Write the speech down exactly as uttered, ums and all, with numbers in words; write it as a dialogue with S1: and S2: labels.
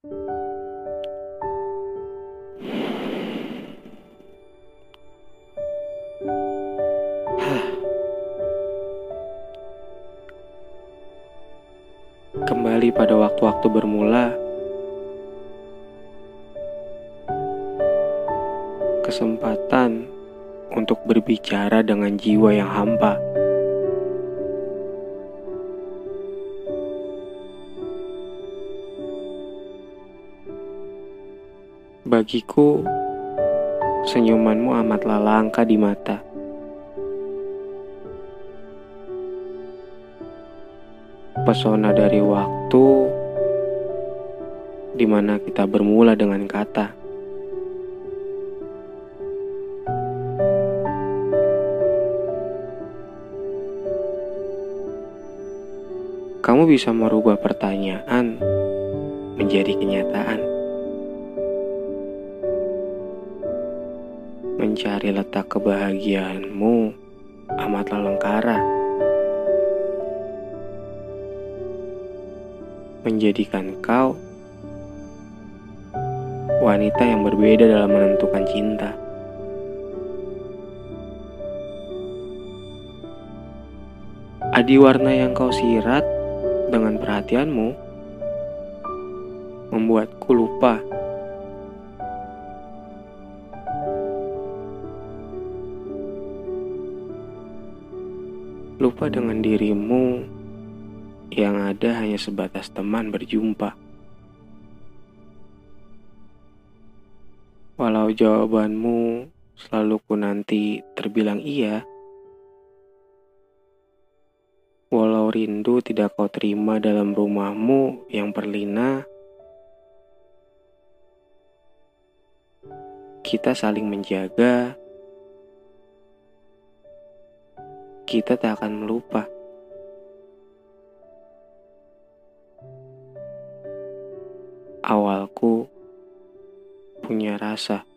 S1: Kembali pada waktu-waktu bermula, kesempatan untuk berbicara dengan jiwa yang hampa. Bagiku, senyumanmu amatlah langka di mata. Pesona dari waktu di mana kita bermula dengan kata. Kamu bisa merubah pertanyaan menjadi kenyataan. Mencari letak kebahagiaanmu amatlah lengkara. Menjadikan kau wanita yang berbeda dalam menentukan cinta. Adiwarna yang kau sirat dengan perhatianmu membuatku lupa. Lupa dengan dirimu yang ada hanya sebatas teman berjumpa. Walau jawabanmu selalu ku nanti terbilang iya, walau rindu tidak kau terima dalam rumahmu yang berlina, kita saling menjaga, kita tak akan melupa. Awalku punya rasa,